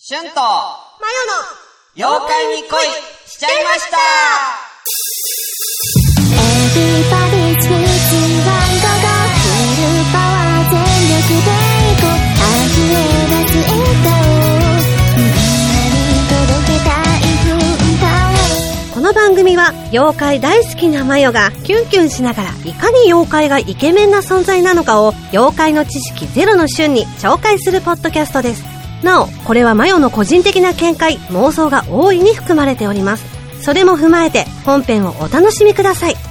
シュンとマヨの妖怪に恋しちゃいました。 Everybody's with you フルパワー全力でいこう。溢れ出す笑顔みんなに届けたい分パワー。 この番組は妖怪大好きなマヨがキュンキュンしながらいかに妖怪がイケメンな存在なのかを妖怪の知識ゼロの瞬に紹介するポッドキャストです。なお、これはマヨの個人的な見解、妄想が大いに含まれております。それも踏まえて本編をお楽しみください。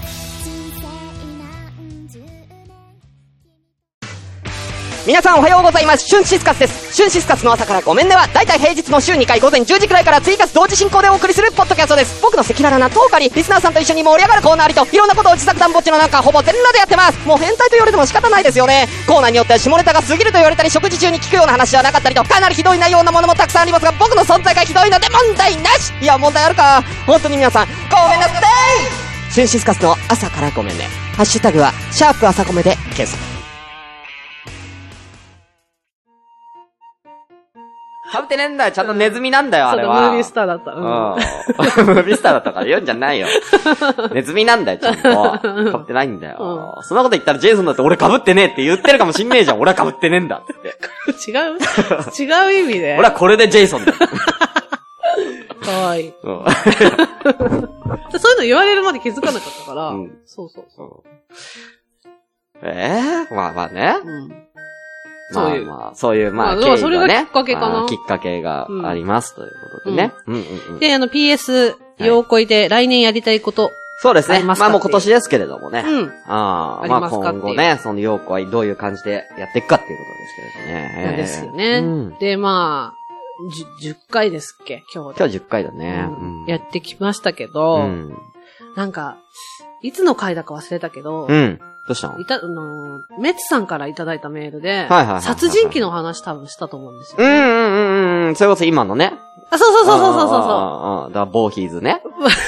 皆さんおはようございます。シュンシスカスです。シュンシスカスの朝からごめんねはだいたい平日の週2回午前10時くらいから追加同時進行でお送りするポッドキャストです。僕の赤裸々なトークあり、リスナーさんと一緒に盛り上がるコーナーありと、いろんなことを自作団ぼっちのなんかほぼ全裸でやってます。もう変態と言われても仕方ないですよね。コーナーによっては下ネタが過ぎると言われたり、食事中に聞くような話じゃなかったりと、かなりひどい内容なものもたくさんありますが、僕の存在がひどいので問題なし。いや問題あるか。本当に皆さんごめんなさい。シュンシスカスの朝からごめんね。ハッシュタグはシャープ朝コメで検索。かぶってねえんだよ。ちゃんとネズミなんだよ、あれは。 ムービースターだった。 ムービースターだったから言うんじゃないよ。ネズミなんだよ、ちゃんと。かぶってないんだよ。そんなこと言ったらジェイソンだって俺かぶってねえって言ってるかもしんねえじゃん。俺はかぶってねえんだって。 違う意味で。 俺はこれでジェイソンだよ。 かわいい。そういうの言われるまで気づかなかったから。そうそうそう。 まあね。そういう、経緯それがきっかけかな。 きっかけがあります、ということでね。 で、PS、妖怪で来年やりたいこと。 そうですね。まあもう今年ですけれどもね。まあ今後ね、その妖怪どういう感じでやっていくかっていうことですけれどね。 ですよね。で、まあ、10回ですっけ今日 10回だね。 やってきましたけど、なんか、いつの回だか忘れたけど、 どうしたの？ メツさんからいただいたメールで、殺人鬼の話多分したと思うんですよ。 それこそ今のね。 あ、そう。 だからボーヒーズね。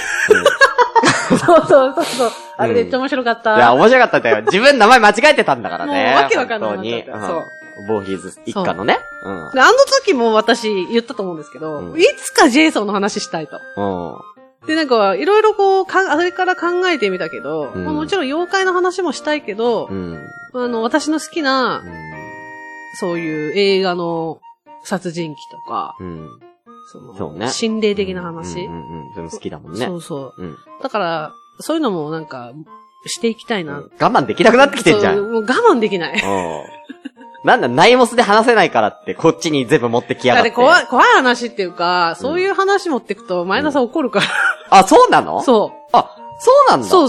そう。あれめっちゃ面白かった。 いや、面白かったんだよ。自分名前間違えてたんだからね。 もうわけわかんない。 そう。ボーヒーズ一家のね。 で、あの時も私言ったと思うんですけど、いつかジェイソンの話したいと。で、なんか、いろいろこう、あれから考えてみたけど、もちろん妖怪の話もしたいけど、私の好きな、そういう映画の殺人鬼とか、心霊的な話。 でも好きだもんね。 そう。だから、そういうのもなんか、していきたいな。 我慢できなくなってきてんじゃん。 もう我慢できない。 なんだ、ナイモスで話せないからって、こっちに全部持ってきやがって。 怖い話っていうか、そういう話持ってくと、前田さん怒るから。 あ、そうなの？ そう。 あ、そうなんだ。 そう。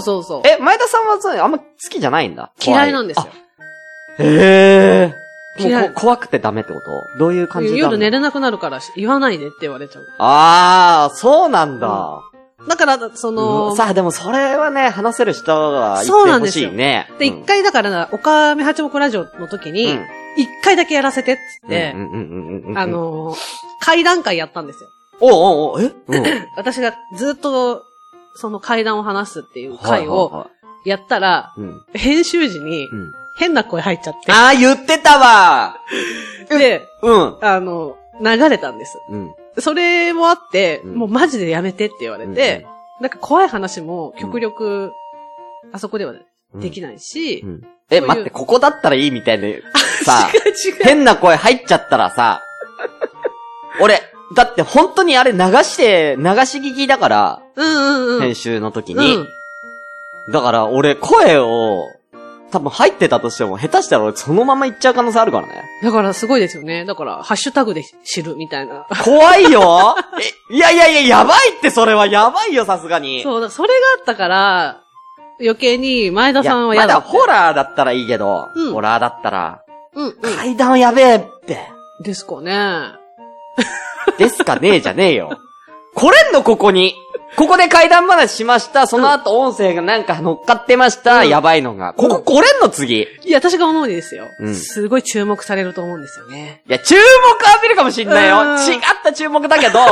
前田さんはあんま好きじゃないんだ。 嫌いなんですよ。 へー。もう怖くてダメってこと？どういう感じだ？ 夜寝れなくなるから言わないでって言われちゃう。 あー、そうなんだ。 だから、 さあ、でもそれはね、話せる人が言ってほしいね。 で、一回だから、岡目八目ラジオの時に、一回だけやらせてっつって、怪談会やったんですよ。私がずっと、その怪談を話すっていう会をやったら、編集時に、変な声入っちゃって。 あー、言ってたわで、流れたんです。それもあって、もうマジでやめてって言われて、なんか怖い話も極力、あそこではできないし、 待って、ここだったらいいみたいな、さ、変な声入っちゃったらさ、俺、だって本当にあれ流し聞きだから、編集の時に、だから俺声を、多分入ってたとしても、下手したら俺そのまま言っちゃう可能性あるからね。 だからすごいですよね。だから、ハッシュタグで知るみたいな。 怖いよいや、やばいってそれはやばいよ、さすがに。 そうだ、それがあったから、余計に前田さんは嫌だって。 まだホラーだったらいいけど、ホラーだったら、階段はやべえって。 ですかね。 ですかねえじゃねえよ。来れんのここに。ここで怪談話しました。その後音声がなんか乗っかってました。やばいのが。ここ来れんの次。 いや、私が思うにですよ。すごい注目されると思うんですよね。 いや、注目浴びるかもしんないよ。違った注目だけど。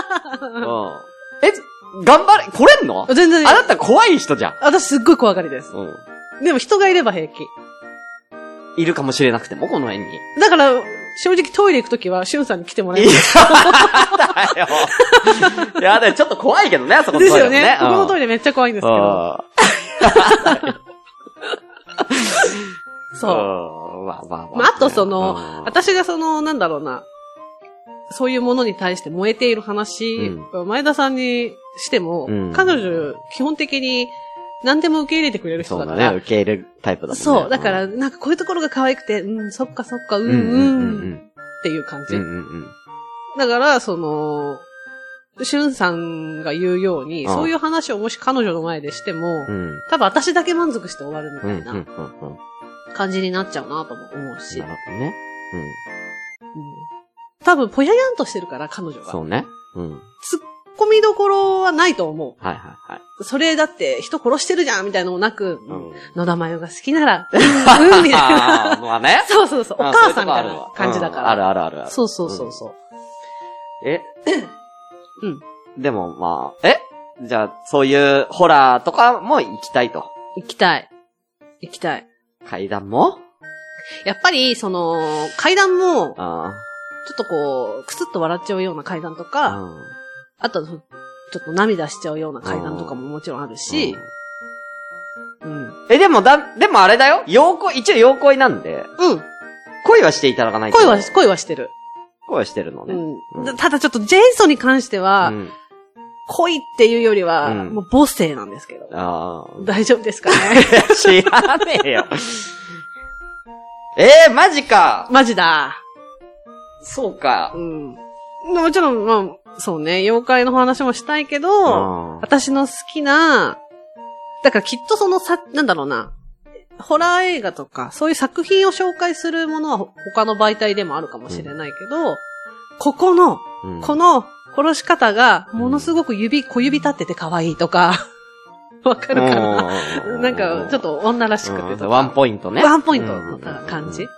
頑張れ、来れんの？ 全然。 あなた怖い人じゃん。 私すっごい怖がりです。でも人がいれば平気。 いるかもしれなくても、この辺に。 だから、 正直トイレ行くときは、しゅんさんに来てもらいます。 やだよ。やだよ。ちょっと怖いけどね、そこのトイレもね。 ですよね。ここのトイレめっちゃ怖いんですけど。そう。 まあ、 あと私がなんだろうな、そういうものに対して燃えている話、前田さんにしても、彼女、基本的に何でも受け入れてくれる人だから。 そうだね、受け入れるタイプだもんね。 そう、だから、なんかこういうところが可愛くて、そっか、っていう感じ。だから、しゅんさんが言うように、そういう話をもし彼女の前でしても、多分私だけ満足して終わるみたいな感じになっちゃうなとも思うし。 なるほどね。 多分、ぽややんとしてるから、彼女が。 そうね。 突っ込みどころはないと思う。 はいはいはい。 それだって人殺してるじゃんみたいなのもなく、野田真代が好きなら、みたいな。 まあね。 そうそうそう。お母さんみたいな感じだから。 ある。 そうそうそう。 でもまあ、じゃあ、そういうホラーとかも行きたいと。 行きたい。 階段もやっぱり、階段も、ちょっとこう、くすっと笑っちゃうような階段とか、あと、ちょっと涙しちゃうような階段とかももちろんあるし、 でもあれだよ。一応妖恋なんで。恋はしていただかないと。 恋はしてる。 恋はしてるのね。 ただちょっとジェイソンに関しては、恋っていうよりは、もう母性なんですけど。大丈夫ですかね。 知らねえよ。マジか。 マジだ。 そうか。 もちろん、まあ、そうね、妖怪の話もしたいけど、私の好きな、だからきっとなんだろうな、ホラー映画とか、そういう作品を紹介するものは他の媒体でもあるかもしれないけど、この殺し方が、ものすごく小指立ってて可愛いとか、わかるかな？なんか、ちょっと女らしくてとか。 ワンポイントね。 ワンポイントの感じ。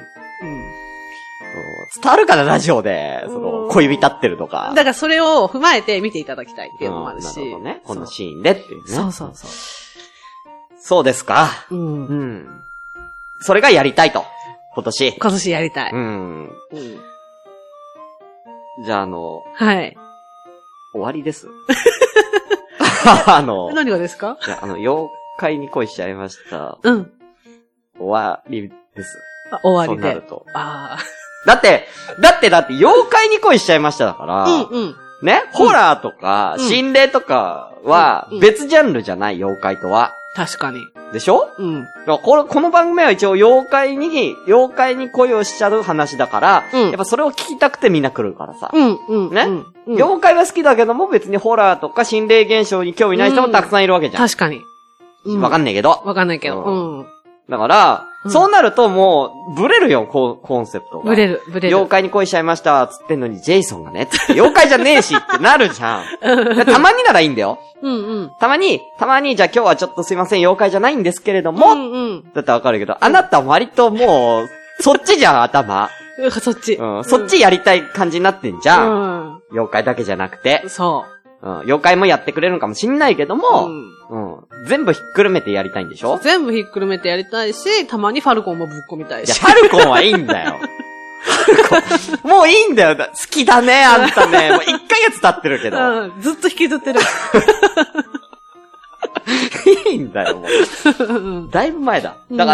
伝わるかな、ラジオで、小指立ってるとか。 だからそれを踏まえて見ていただきたいっていうのもあるし。 なるほどね。このシーンでっていうね。 そう。 そうですか。それがやりたいと。今年やりたい。 じゃあはい。 終わりです。 何がですか？ 妖怪に恋しちゃいました。終わりです。 終わりで。 そうなると。 だって、妖怪に恋しちゃいましただから、ね、ホラーとか、心霊とかは、別ジャンルじゃない、妖怪とは。 確かに。 でしょ？この番組は一応妖怪に恋をしちゃう話だから、やっぱそれを聞きたくてみんな来るからさ。ね、妖怪は好きだけども別にホラーとか心霊現象に興味ない人もたくさんいるわけじゃん。 確かに。 わかんないけど。だから、そうなるともう、ブレるよ、コンセプトが。 ブレる。 妖怪に恋しちゃいました、つってんのに、ジェイソンがね、つって、妖怪じゃねえしってなるじゃん。たまにならいいんだよ。たまに、じゃあ今日はちょっとすいません、妖怪じゃないんですけれども、だったらわかるけど、あなた割ともう、そっちじゃん、頭。 そっち。 そっちやりたい感じになってんじゃん。妖怪だけじゃなくて。 そう。 妖怪もやってくれるのかもしんないけども、全部ひっくるめてやりたいんでしょ？ 全部ひっくるめてやりたいし、たまにファルコンもぶっ込みたいし。 ファルコンはいいんだよ。もういいんだよ。好きだね、あんたね。もう1ヶ月経ってるけど。 ずっと引きずってる。 いいんだよ、もう。だいぶ前だ。だから、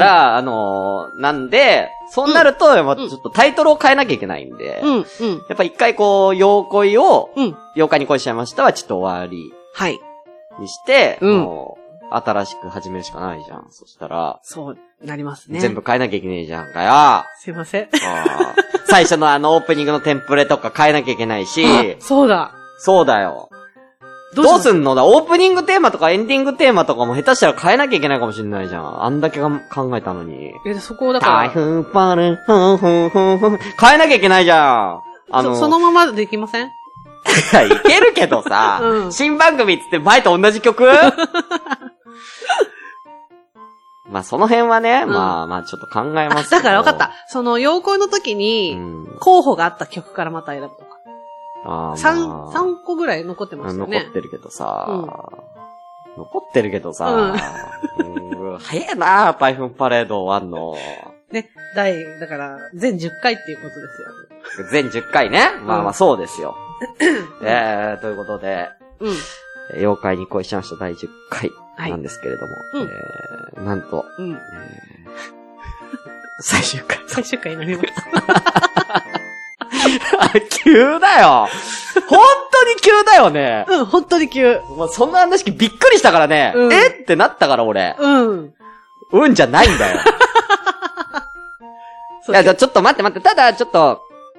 なんで、そうなると、ちょっとタイトルを変えなきゃいけないんで、やっぱ一回こう、妖怪に恋しちゃいましたはちょっと終わり。 はい。 にして、もう、新しく始めるしかないじゃん。そしたら。 そう、なりますね。 全部変えなきゃいけないじゃんかよ。 すいません。 最初のオープニングのテンプレとか変えなきゃいけないし。 そうだ。 そうだよ。どうすんのだ？オープニングテーマとかエンディングテーマとかも下手したら変えなきゃいけないかもしれないじゃん。あんだけ考えたのに。 そこをだから。 変えなきゃいけないじゃん。 そのままできません？ いけるけどさ、新番組っつって前と同じ曲まあその辺はね、まあちょっと考えますけど。 だから分かった。妖怪の時に、候補があった曲からまた選ぶとか。3個ぐらい残ってましたよね。 残ってるけどさ、早いな、台風パレード終わんの。 ね。 だから、全10回っていうことですよ。 全10回ね。まあまあそうですよ。ということで、妖怪に恋しました第10回なんですけれども、なんと、最終回になります。急だよ。本当に急だよね。 本当に急。 もうそんな話びっくりしたからね。えってなったから俺。じゃないんだよ。いや、じゃあちょっと待って。ただ、ちょっと、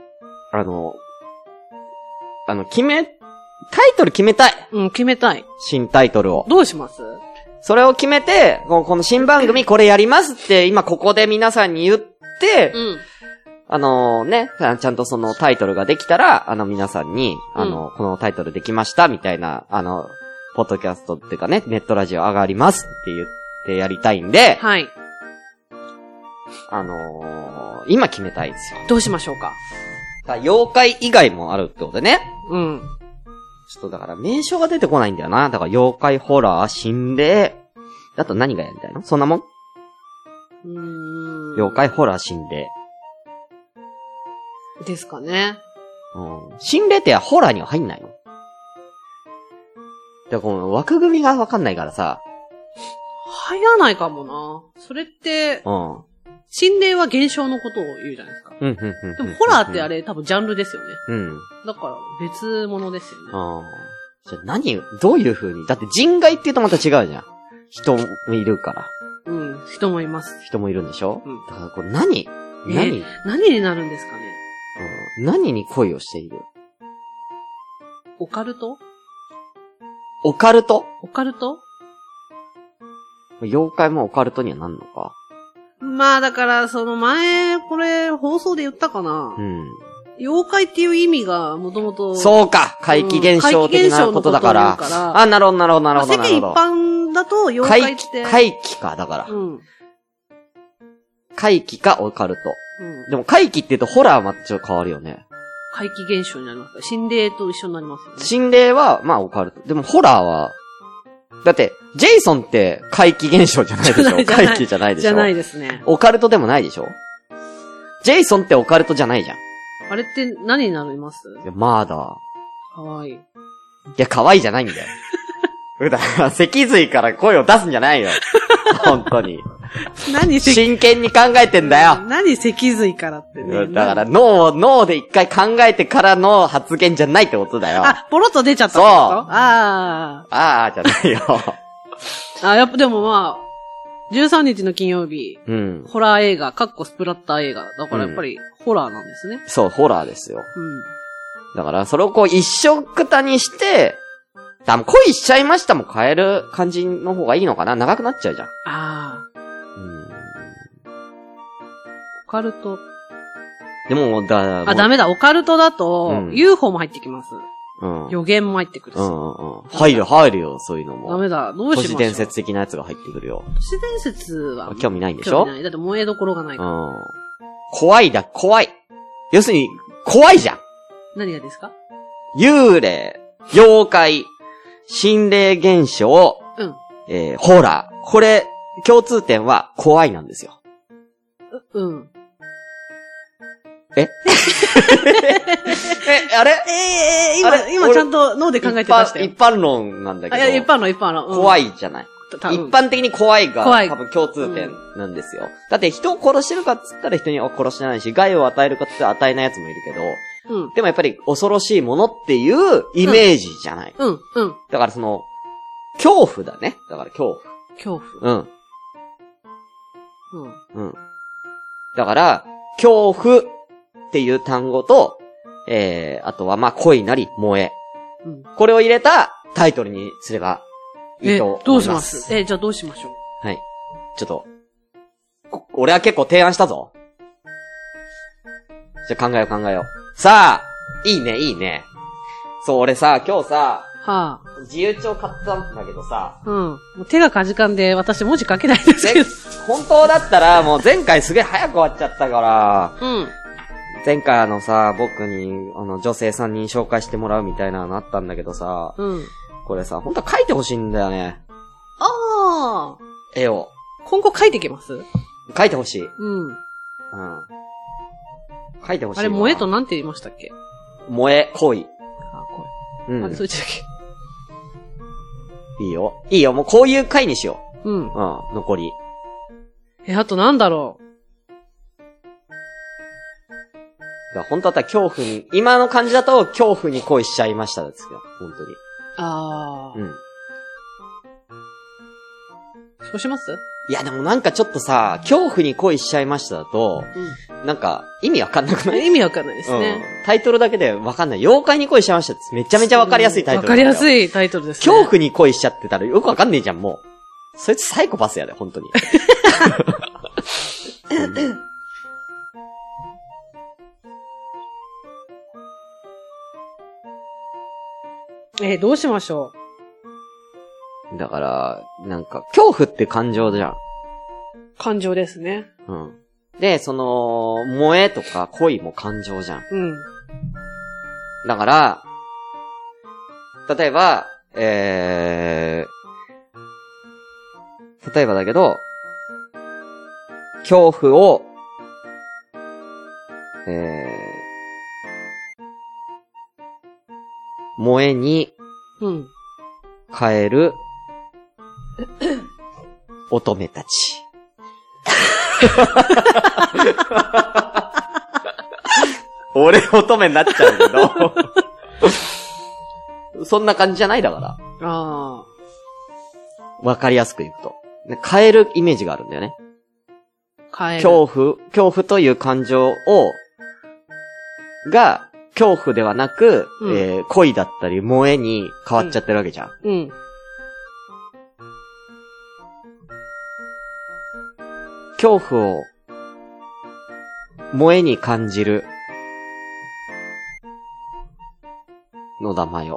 タイトル決めたい。 決めたい。 新タイトルを。 どうします？ それを決めて、この新番組これやりますって、今ここで皆さんに言って、ちゃんとそのタイトルができたら、皆さんに、このタイトルできました、みたいな、ポッドキャストっていうかね、ネットラジオ上がりますって言ってやりたいんで、 はい。 今決めたいんですよ。 どうしましょうか。 妖怪以外もあるってことでね。 ちょっとだから名称が出てこないんだよな。だから妖怪ホラー、心霊。あと何がやりたいの？そんなもん？妖怪ホラー、心霊。 ですかね。 心霊ってホラーには入んないの？で、この枠組みがわかんないからさ。 入らないかもな。それって、心霊は現象のことを言うじゃないですか。でもホラーってあれ多分ジャンルですよね。だから別物ですよね。 じゃあどういう風に？だって人外って言うとまた違うじゃん。人もいるから。 人もいます。 人もいるんでしょ？だからこれ何になるんですかね。 何に恋をしている？ オカルト？ オカルト？ オカルト？ 妖怪もオカルトにはなんのか。 まあだから、その前、これ、放送で言ったかな。妖怪っていう意味が、もともと。 そうか怪奇現象的なことだから。なるほど。世間一般だと、妖怪って。 怪奇か、だから。怪奇か、オカルト。でも怪奇って言うと、ホラーはまたちょっと変わるよね。 怪奇現象になります。心霊と一緒になりますよね。 心霊は、まあオカルト。でもホラーは、だって、ジェイソンって怪奇現象じゃないでしょ？怪奇じゃないでしょ？ じゃないですね。 オカルトでもないでしょ？ジェイソンってオカルトじゃないじゃん。 あれって何になります？ いや、マーダー。 かわいい。いや、かわいいじゃないんだよ。だから、脊髄から声を出すんじゃないよ。本当に。真剣に考えてんだよ。 何脊髄からってね。 だから、脳で一回考えてからの発言じゃないってことだよ。 ポロッと出ちゃったってこと？そう。じゃないよ。 やっぱでもまあ、13日の金曜日、ホラー映画、スプラッター映画。だからやっぱり、ホラーなんですね。 そう、ホラーですよ。だから、それをこう一緒くたにして、多分恋しちゃいましたも変える感じの方がいいのかな？長くなっちゃうじゃん。 オカルト。 でも、 ダメだ。オカルトだと、UFO も入ってきます。予言も入ってくるし。 入るよ、そういうのも。 ダメだ。どうしましょう。 都市伝説的なやつが入ってくるよ。 都市伝説は。 興味ないんでしょ？興味ない。 だって燃えどころがないから。 怖い。要するに、怖いじゃん。 何がですか？ 幽霊、妖怪、心霊現象、ホラー。これ、共通点は怖いなんですよ。あれ今ちゃんと脳で考えてましたよ。 一般論なんだけど。 一般論。 怖いじゃない。一般的に怖いが多分共通点なんですよ。だって人を殺してるかっつったら人には殺してないし、害を与えるかっつったら与えないやつもいるけど、でもやっぱり恐ろしいものっていうイメージじゃない。だからその、恐怖だね。だから恐怖。だから、恐怖っていう単語と、あとはまあ恋なり萌え。これを入れたタイトルにすればいいと思います。 どうします？じゃあどうしましょう？ はい。ちょっと、俺は結構提案したぞ。じゃあ考えよう。さあ、いいね。そう、俺さ、今日さ、自由帳買ったんだけどさ。 もう手がかじかんで私文字書けないですけど。 本当だったらもう前回すげえ早く終わっちゃったから。前回僕に女性3人紹介してもらうみたいなのあったんだけどさ。これさ、本当は書いてほしいんだよね。絵を。 今後書いていけます？ 書いてほしい。 うん。書いてほしい。 あれ、萌えとなんて言いましたっけ？ 萌え、恋。 あ、 恋。うん。 あれ、そっちだっけ？いいよ。いいよ、もうこういう回にしよう。うん。 残り。 あとなんだろう。 本当だったら恐怖に、今の感じだと恐怖に恋しちゃいましたですけど、本当に。 ああ。うん。そうします？ いやでもなんかちょっとさ、恐怖に恋しちゃいましただと、なんか意味わかんなくない？ 意味わかんないですね。 タイトルだけでわかんない。妖怪に恋しちゃいましたってめちゃめちゃわかりやすいタイトル。 わかりやすいタイトルですね。 恐怖に恋しちゃってたらよくわかんねえじゃん、もう。そいつサイコパスやで、本当に。 どうしましょう。だから、なんか、恐怖って感情じゃん。 感情ですね。 うん。で、その、萌えとか恋も感情じゃん。 うん。 だから、例えば、例えばだけど、恐怖を、萌えに、変える、乙女たち。俺乙女になっちゃうけど。そんな感じじゃないだから。 ああ。 わかりやすく言うと。変えるイメージがあるんだよね。 変える。 恐怖という感情が、恐怖ではなく、恋だったり萌えに変わっちゃってるわけじゃん。 うん。 恐怖を萌えに感じるのだまよ。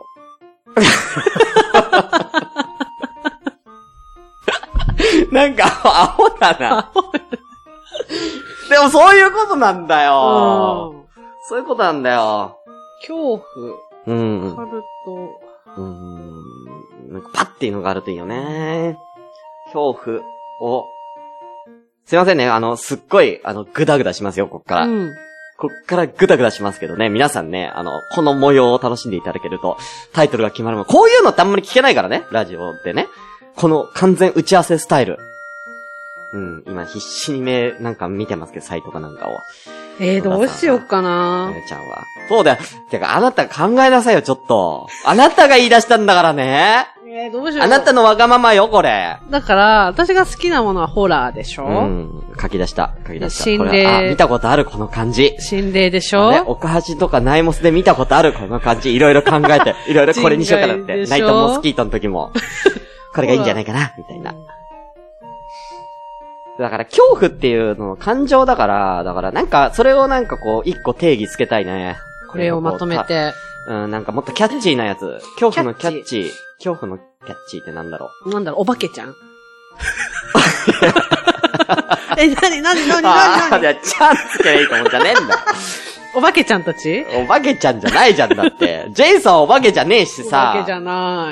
なんかアホだな。でもそういうことなんだよ。そういうことなんだよ。 恐怖。 うん。 カルト。 なんかパッていうのがあるといいよね。恐怖を。すいませんね、すっごい、グダグダしますよ、こっから。こっからグダグダしますけどね、皆さんね、この模様を楽しんでいただけると、タイトルが決まるもん。こういうのってあんまり聞けないからね、ラジオでね。この完全打ち合わせスタイル。今必死になんか見てますけど、サイトかなんかを。 どうしようかな。 ちゃんは。そうだよ。てか、あなた考えなさいよ、ちょっと。あなたが言い出したんだからね。 どうしよう。 あなたのわがままよ、これ。 だから、私が好きなものはホラーでしょ？ 書き出した。 心霊。 見たことある、この感じ。 心霊でしょ？ 岡橋とかナイモスで見たことある、この感じ。いろいろ考えて、いろいろこれにしようかなって。ナイトモスキートの時も。これがいいんじゃないかな、みたいな。だから、恐怖っていうの感情だから、なんか、それをなんかこう、一個定義つけたいね。 これをまとめて。 なんかもっとキャッチーなやつ。恐怖のキャッチー。恐怖のキャッチーってなんだろう。 お化けちゃんなにじゃあ、ちゃんつけばいいかもんじゃねえんだ。 お化けちゃんたち？ お化けちゃんじゃないじゃんだって。ジェイソンはお化けじゃねえしさ。 お化けじゃない。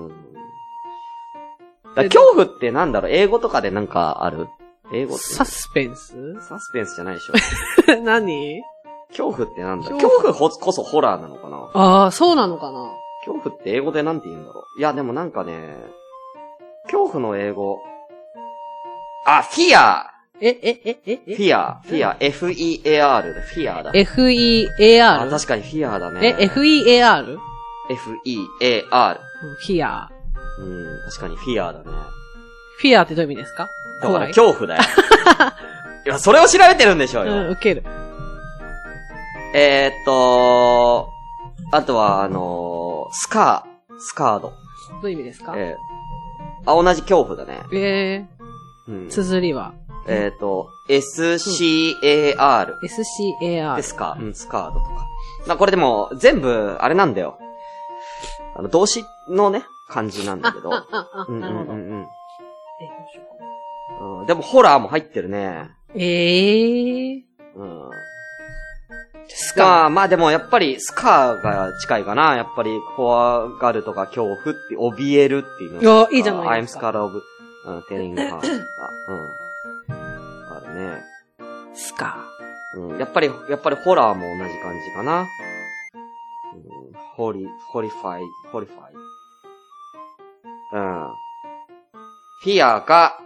恐怖ってなんだろう、英語とかでなんかある？英語って。 サスペンスじゃないでしょ。 何？ 恐怖ってなんだろう。恐怖こそホラーなのかな？ ああ、そうなのかな。 恐怖って英語でなんて言うんだろう。いや、でもなんかね、恐怖の英語。あ、フィアフィア、F-E-A-R で、フィアだ。 F-E-A-R？ あ、確かにフィアだね。 F-E-A-R？ F-E-A-R。 フィア。 確かにフィアだね。 フィアってどういう意味ですか？ だから恐怖だよ。いや、それを調べてるんでしょうよ。 ウケる。 あとは、スカード。 どういう意味ですか？ 同じ恐怖だね。 綴りは S-C-A-R。 S-C-A-R。 スカードとか。これでも、全部、あれなんだよ。動詞のね、漢字なんだけど。 なるほど。 でも、ホラーも入ってるね。 スカー。 まあでもやっぱりスカーが近いかな。やっぱり怖がるとか恐怖って怯えるっていうの。 いや、いいじゃないですか。 I'm scared of telling her. あるね。 スカうん。やっぱりホラーも同じ感じかな。ホリファイ。うん。フィアか。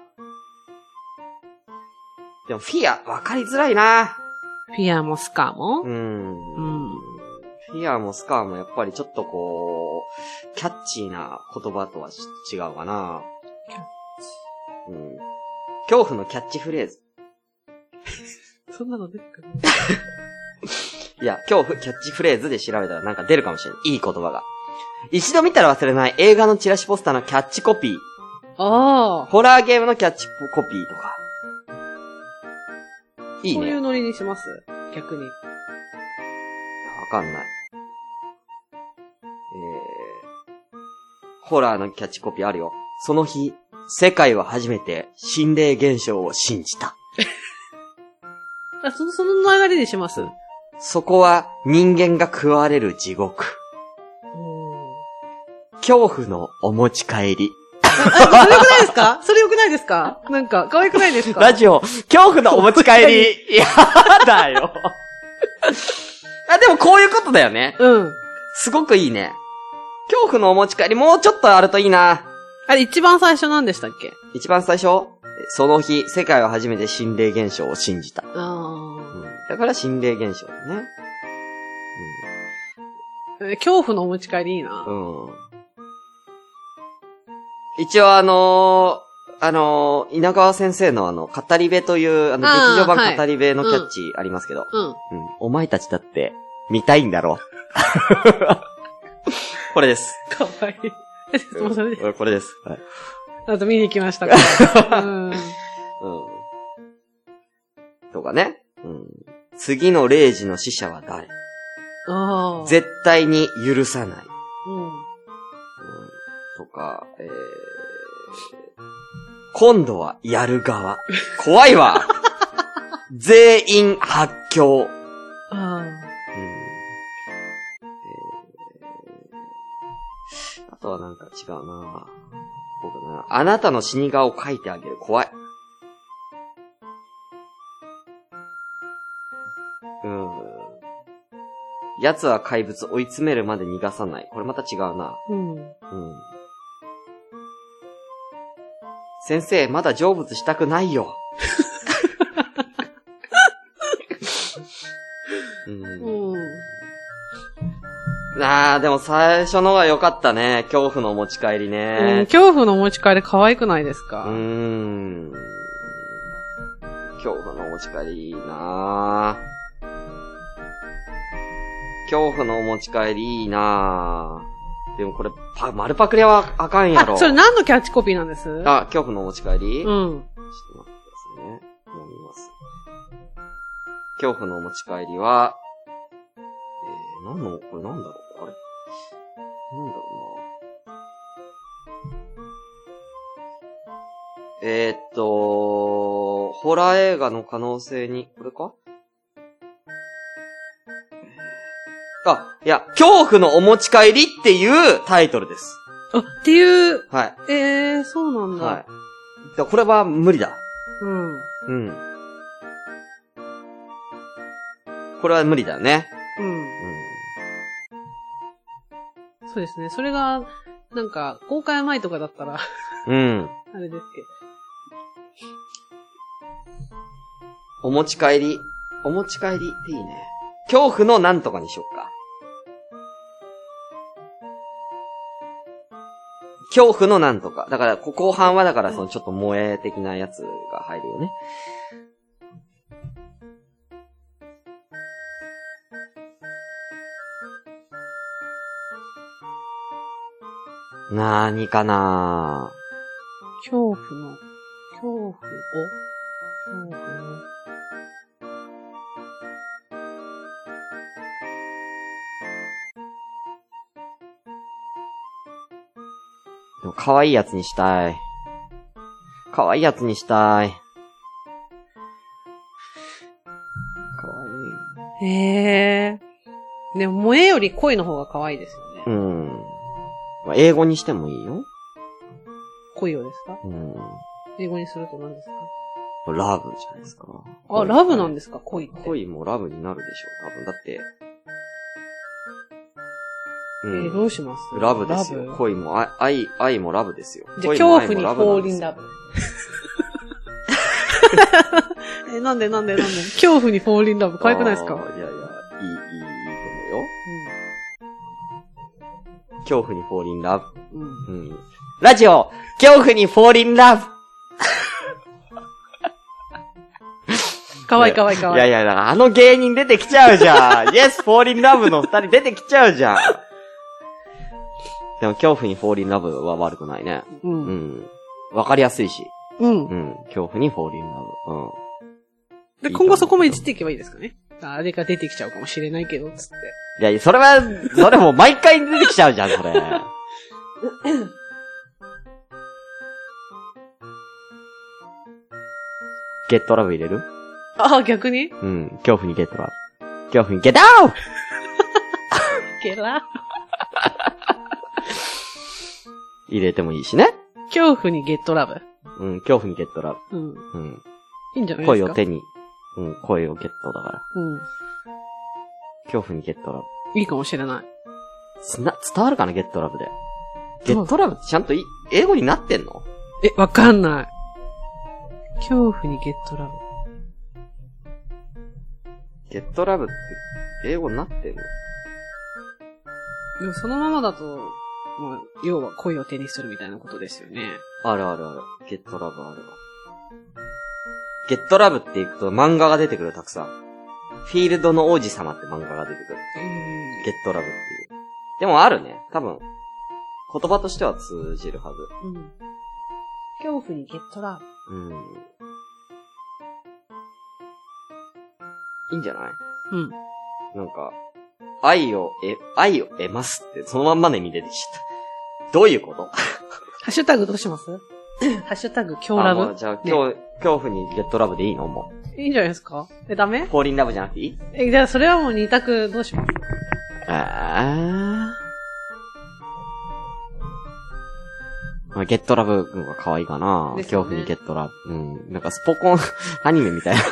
でもフィア、わかりづらいな。 フィアもスカもうん。フィアもスカーもやっぱりちょっとこう、キャッチーな言葉とは違うかな。 キャッチ。うん。恐怖のキャッチフレーズ。 そんなの出てくるいや、恐怖キャッチフレーズで調べたらなんか出るかもしれない。いい言葉が。一度見たら忘れない映画のチラシポスターのキャッチコピー。 ああ。 ホラーゲームのキャッチコピーとか。いいね。 そういうノリにします。逆に。 わかんない。ホラーのキャッチコピーあるよ。その日、世界は初めて心霊現象を信じた。 あ、その流れにします。 そこは人間が食われる地獄。恐怖のお持ち帰り。 それ良くないですか？それ良くないですか？なんか、可愛くないですか？ ラジオ、恐怖のお持ち帰り。やだよ。あ、でもこういうことだよね。 うん。 すごくいいね。恐怖のお持ち帰り、もうちょっとあるといいな。 あれ、一番最初何でしたっけ？ 一番最初？その日、世界は初めて心霊現象を信じた。だから心霊現象だね。 恐怖のお持ち帰りいいな。 一応稲川先生の語り部という、劇場版語り部のキャッチありますけど。お前たちだって、見たいんだろ。これです。 かわいい。もうそれで。 これです。はい。 あと見に行きましたから。 とかね。次の0時の死者は誰？絶対に許さない。とか、今度はやる側。怖いわ。全員発狂。あとはなんか違うな。僕な。あなたの死に顔を描いてあげる。怖い。奴は怪物追い詰めるまで逃がさない。これまた違うな。先生、まだ成仏したくないよ。でも最初のが良かったね。恐怖のお持ち帰りね。 恐怖のお持ち帰り可愛くないですか？ 恐怖のお持ち帰りいいなぁ。恐怖のお持ち帰りいいなぁ。でもこれ、丸パクリはあかんやろ。 それ何のキャッチコピーなんです？ 恐怖のお持ち帰り？ちょっと待ってくださいね。読みます。恐怖のお持ち帰りは、これなんだろうあれなんだろうなホラー映画の可能性に、これか？いや、恐怖のお持ち帰りっていうタイトルです。 っていう。 はい。 そうなんだ。はい。 これは無理だ。これは無理だね。 そうですね。それが、なんか、公開前とかだったら、あれですけど。 お持ち帰り。お持ち帰りっていいね。恐怖のなんとかにしよっか。恐怖のなんとか。だから、後半はだから、ちょっと萌え的なやつが入るよね。なーにかなー。 恐怖の。 でも可愛いやつにしたい。可愛いやつにしたい。可愛い。 でも、萌えより恋の方が可愛いですよね。 英語にしてもいいよ。 恋をですか？英語にすると何ですか？ これラブじゃないですか。 あ、ラブなんですか、恋って。 恋もラブになるでしょ、多分。だって、 どうします？ ラブですよ。恋も、愛もラブですよ。 じゃあ、恐怖にフォーリンラブ。なんで恐怖にフォーリンラブ。可愛くないですか？ いや、いいと思うよ。恐怖にフォーリンラブ。ラジオ、恐怖にフォーリンラブ。 かわいい。いや、あの芸人出てきちゃうじゃん。イエス、フォーリンラブの二人出てきちゃうじゃん。でも、恐怖にフォーリンラブは悪くないね。わかりやすいし。恐怖にフォーリンラブ。で、今後そこもいじっていけばいいですかね。あれが出てきちゃうかもしれないけど、つって。 いや、それもう毎回出てきちゃうじゃん、それ。ゲットラブ入れる？ あ、逆に？ 恐怖にゲットラブ。恐怖にゲットアウトゲラ入れてもいいしね。 恐怖にゲットラブ。 恐怖にゲットラブ。 いいんじゃないですか。 恋を手に、恋をゲットだから。恐怖にゲットラブ。 いいかもしれない。 伝わるかな、ゲットラブで。ゲットラブってちゃんと英語になってんの？ わかんない。恐怖にゲットラブ。 ゲットラブって英語になってんの？ でもそのままだと、要は恋を手にするみたいなことですよね。 ある。ゲットラブあるわ。ゲットラブっていくと漫画が出てくる、たくさん。フィールドの王子様って漫画が出てくる。ゲットラブっていう。でもあるね。多分、言葉としては通じるはず。 恐怖にゲットラブ。 いいんじゃない？なんか、愛を得ますって、そのまんまの意味出てきちゃった。どういうこと？ ハッシュタグどうします？ハッシュタグ、今日ラブ？ じゃあ、恐怖にゲットラブでいいの？もう。いいんじゃないですか？ダメ？ フォーリンラブじゃなくていい？ じゃあ、それはもう二択どうします？ ゲットラブが可愛いかな、ね、恐怖にゲットラブ。なんかスポコンアニメみたいな。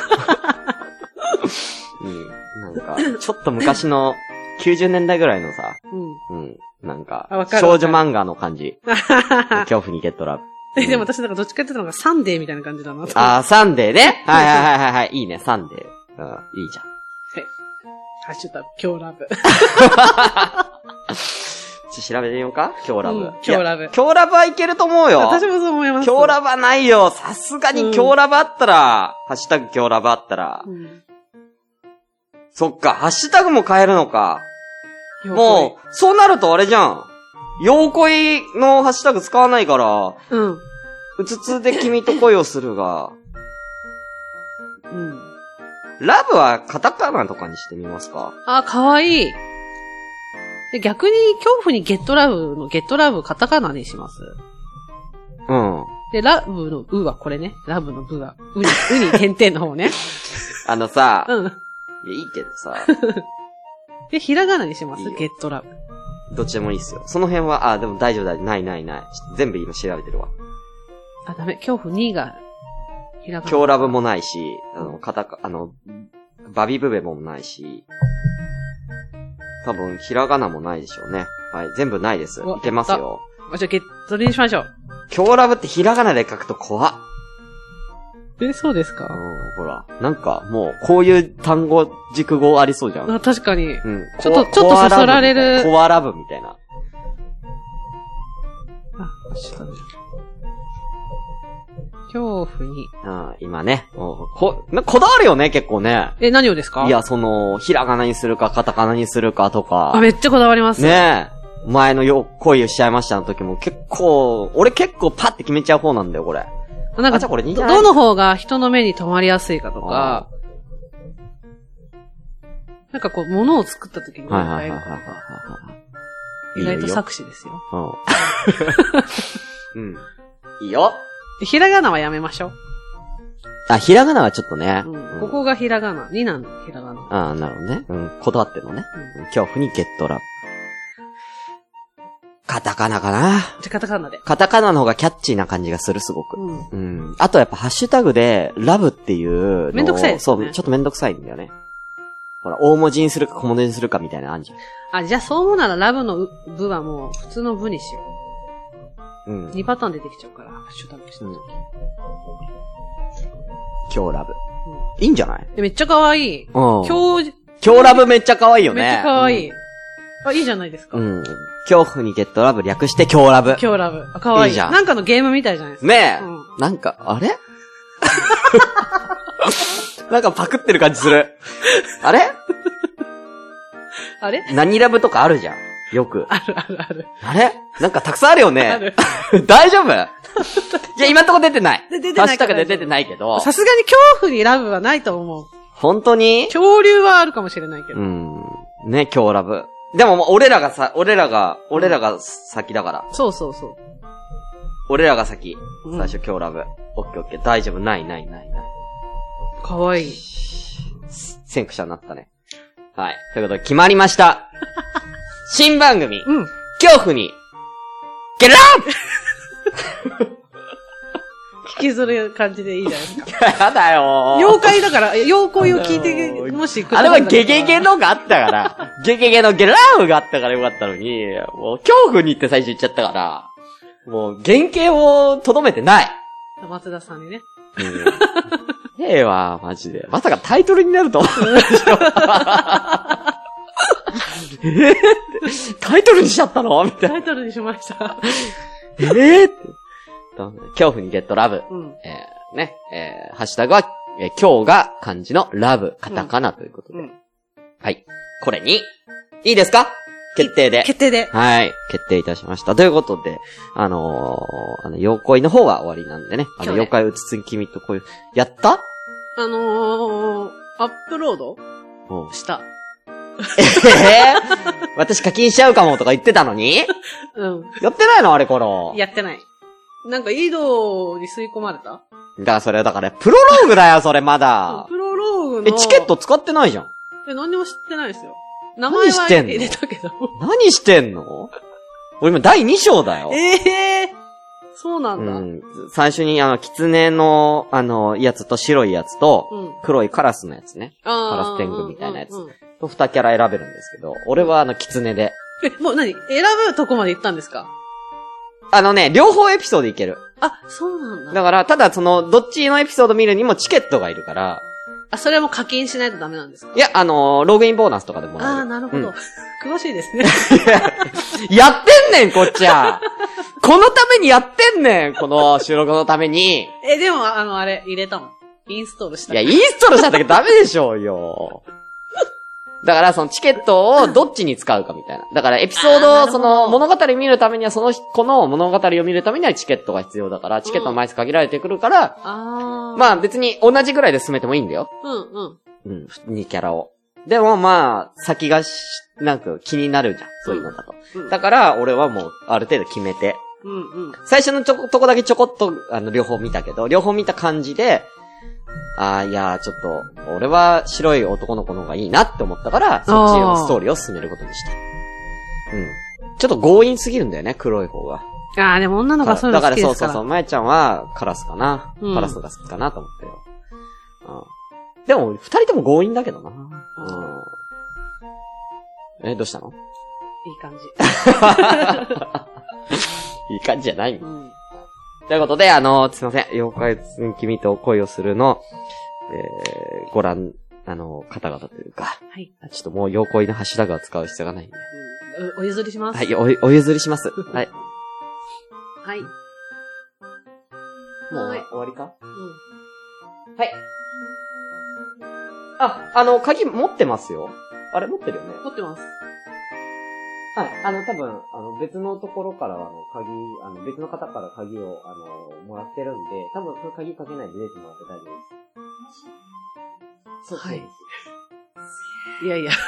なんか、ちょっと昔の90年代ぐらいのさ、なんか、少女漫画の感じ。恐怖にゲットラブ。 でも私なんかどっちかっていうとなんかサンデーみたいな感じだな。 サンデーね。はい。いいね、サンデー。いいじゃん。 はい。ハッシュタグ、今日ラブ。 調べてみようか？今日ラブ。 今日ラブ。 今日ラブはいけると思うよ。 私もそう思います。 今日ラブはないよ。さすがに今日ラブあったら、ハッシュタグ今日ラブあったら。そっか、ハッシュタグも変えるのか。もう、そうなるとあれじゃん。妖恋のハッシュタグ使わないから、うつつで君と恋をするが、ラブはカタカナとかにしてみますか？ かわいい。逆に恐怖にゲットラブのゲットラブカタカナにします。で、ラブのうはこれね。ラブのブは、うに点々の方ね。 さ、いや、いいけどさ。 で、ひらがなにします？ゲットラブ。 どっちでもいいっすよ。その辺は、でも大丈夫。ない。全部今調べてるわ。 ダメ。恐怖2が、ひらがな。 今日ラブもないし、バビブベもないし、多分、ひらがなもないでしょうね。はい、全部ないです。いけますよ。 じゃあ、ゲットにしましょう。 今日ラブってひらがなで書くと怖っ。 そうですか？ ほら。なんか、もう、こういう単語、熟語ありそうじゃん。 確かに。ちょっとそそられる。 コアラブみたいな。 恐怖に。 今ね。こだわるよね、結構ね。 何をですか？ いや、ひらがなにするか、カタカナにするかとか。 めっちゃこだわります。 ねえ。前の恋をしちゃいましたの時も俺結構パッて決めちゃう方なんだよ、これ。 なんか、どの方が人の目に留まりやすいかとか、なんかこう、物を作った時に意外と作詞ですよ。 いいよ。 ひらがなはやめましょう。 ひらがなはちょっとね。 ここがひらがな。2なんだ、ひらがな。 なるほどね。こだわってるのね。恐怖にゲットラブ。 カタカナかな。 じゃ、カタカナで。 カタカナの方がキャッチーな感じがする、すごく。うん。あとやっぱハッシュタグで、ラブっていうの。 めんどくさいですね。 そう、ちょっとめんどくさいんだよね。ほら、大文字にするか小文字にするかみたいなのあんじゃん。 あ、じゃあそう思うならラブの部はもう普通の部にしよう。2パターン出てきちゃうから、ハッシュタグした時。 今日ラブ。いいんじゃない？ めっちゃ可愛い。今日ラブめっちゃ可愛いよね。 めっちゃ可愛い。あ、いいじゃないですか。 恐怖にゲットラブ略して今日ラブ。 今日ラブ。あ、可愛い。いいじゃん。なんかのゲームみたいじゃないですか。 ねえ。なんか、あれなんかパクってる感じする。あれあれ何ラブとかあるじゃん。よく。 あるあるある。 あれなんかたくさんあるよね。 ある。 大丈夫？いや、今んとこ出てない。 出てない。 ハッシュタグで出てないけど。 さすがに恐怖にラブはないと思う。 本当に？ 恐竜はあるかもしれないけど。 ね、今日ラブ。でももう俺らが先だから。 そうそうそう。 俺らが先。最初今日ラブ。オッケーオッケー。大丈夫。ない。 かわいい。 先駆者になったね。はい。ということで決まりました。新番組。恐怖に、ゲラー引きずる感じでいいじゃないですか。 やだよー。 妖怪だから、妖怪を聞いて、もしあれはゲゲゲのがあったから、ゲゲゲのゲラーがあったからよかったのに、もう恐怖にって最初言っちゃったから、もう原型をとどめてない。 松田さんにね。 ええわ、マジで。まさかタイトルになると思うんでしょ。タイトルにしちゃったのみたいな。 タイトルにしました。 恐怖にゲットラブ。ハッシュタグは、今日が漢字のラブ、カタカナということで。はい。これに、いいですか？決定で。 決定で。 はい。決定いたしました。ということで、妖怪の方は終わりなんでね。妖怪うつつきみとこういう、やった？ アップロードした。 私課金しちゃうかもとか言ってたのにやってないのあれから。 やってない。なんか、井戸に吸い込まれた？ それ、だから、プロローグだよ、それまだ。 プロローグの。 チケット使ってないじゃん。 何にも知ってないですよ。名前は入れたけど。 何してんの？俺今第2章だよ。 そうなんだ。 最初に狐の、やつと白いやつと、黒いカラスのやつね。カラス天狗みたいなやつ。と2キャラ選べるんですけど、俺は狐で。 もう選ぶとこまで行ったんですか？ 両方エピソードいける。 あ、そうなんだ。 だから、ただどっちのエピソード見るにもチケットがいるから。 それも課金しないとダメなんですか？ いや、ログインボーナスとかでもらえる。 なるほど。詳しいですね。 やってんねん、こっちは。このためにやってんねん、この収録のために。 でも、あれ、入れたもん。インストールした。 いや、インストールしたんだけどダメでしょうよ。だから、そのチケットをどっちに使うかみたいな。だから、エピソード、物語を見るためには、この物語を見るためにはチケットが必要だから、チケットの枚数限られてくるから、まあ別に同じぐらいで進めてもいいんだよ。2キャラを。でもまあ、先がなんか気になるじゃん。そういうのだと。だから、俺はもう、ある程度決めて。最初のとこだけちょこっと、両方見たけど、両方見た感じで、いやちょっと、俺は白い男の子の方がいいなって思ったから、そっちのストーリーを進めることにした。ちょっと強引すぎるんだよね、黒い方が。 でも女の子はそういうの好きですから。 だからそう、まえちゃんはカラスかな。カラスが好きかなと思ったよ。でも、二人とも強引だけどな。どうしたの？ いい感じ。 いい感じじゃない。ということで、すいません。妖怪君と恋をするの、ご覧、方々というか。はい。ちょっともう妖怪のハッシュタグは使う必要がないんで。 お譲りします。 はい、お譲りします。はい。 はい。 もう終わりか？はい。鍵持ってますよ。あれ持ってるよね？ 持ってます。 はい。多分、別のところから鍵、別の方から鍵を、もらってるんで、多分、その鍵かけないで出てもらって大丈夫です。そうです。 いやいや。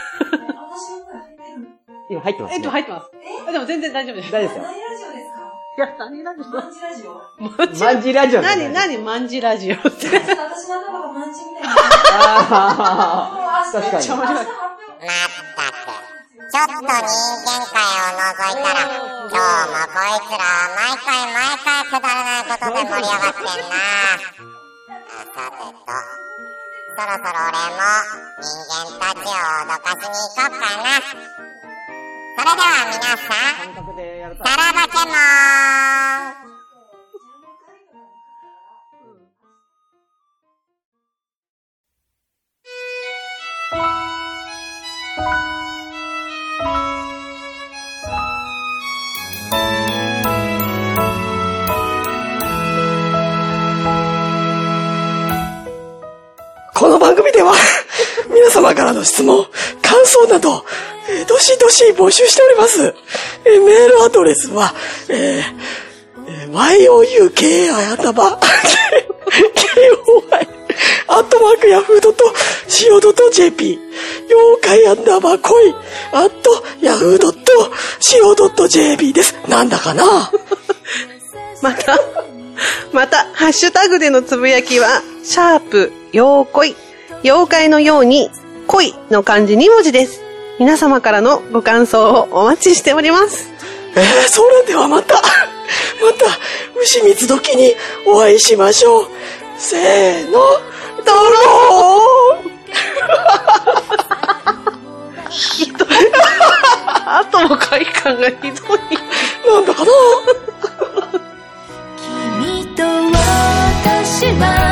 今入ってますね。 入ってます。でも全然大丈夫です。 大丈夫ですよ。 何ラジオですか？ いや、何ラジオ？ マンジラジオ？ マンジラジオ？ 何マンジラジオって。 私の頭がマンジみたいな。 確かに。 ちょっと人間界を覗いたら、今日もこいつら毎回くだらないことで盛り上がってんな。さてと、そろそろ俺も人間たちを脅かしに行こうかな。それでは皆さん、さらばけもーん。 この番組では皆様からの質問、感想など、どしどし募集しております。メールアドレスは、youkoi@yahoo.co.jp 妖怪_恋@yahoo.co.jp です。なんだかなまた、ハッシュタグでのつぶやきは、妖恋。妖怪のように、恋の漢字2文字です。皆様からのご感想をお待ちしております。 それではまた、牛三つ時にお会いしましょう。せーの、ドローンひどい。後も快感がひどい。 なんだかな君と私は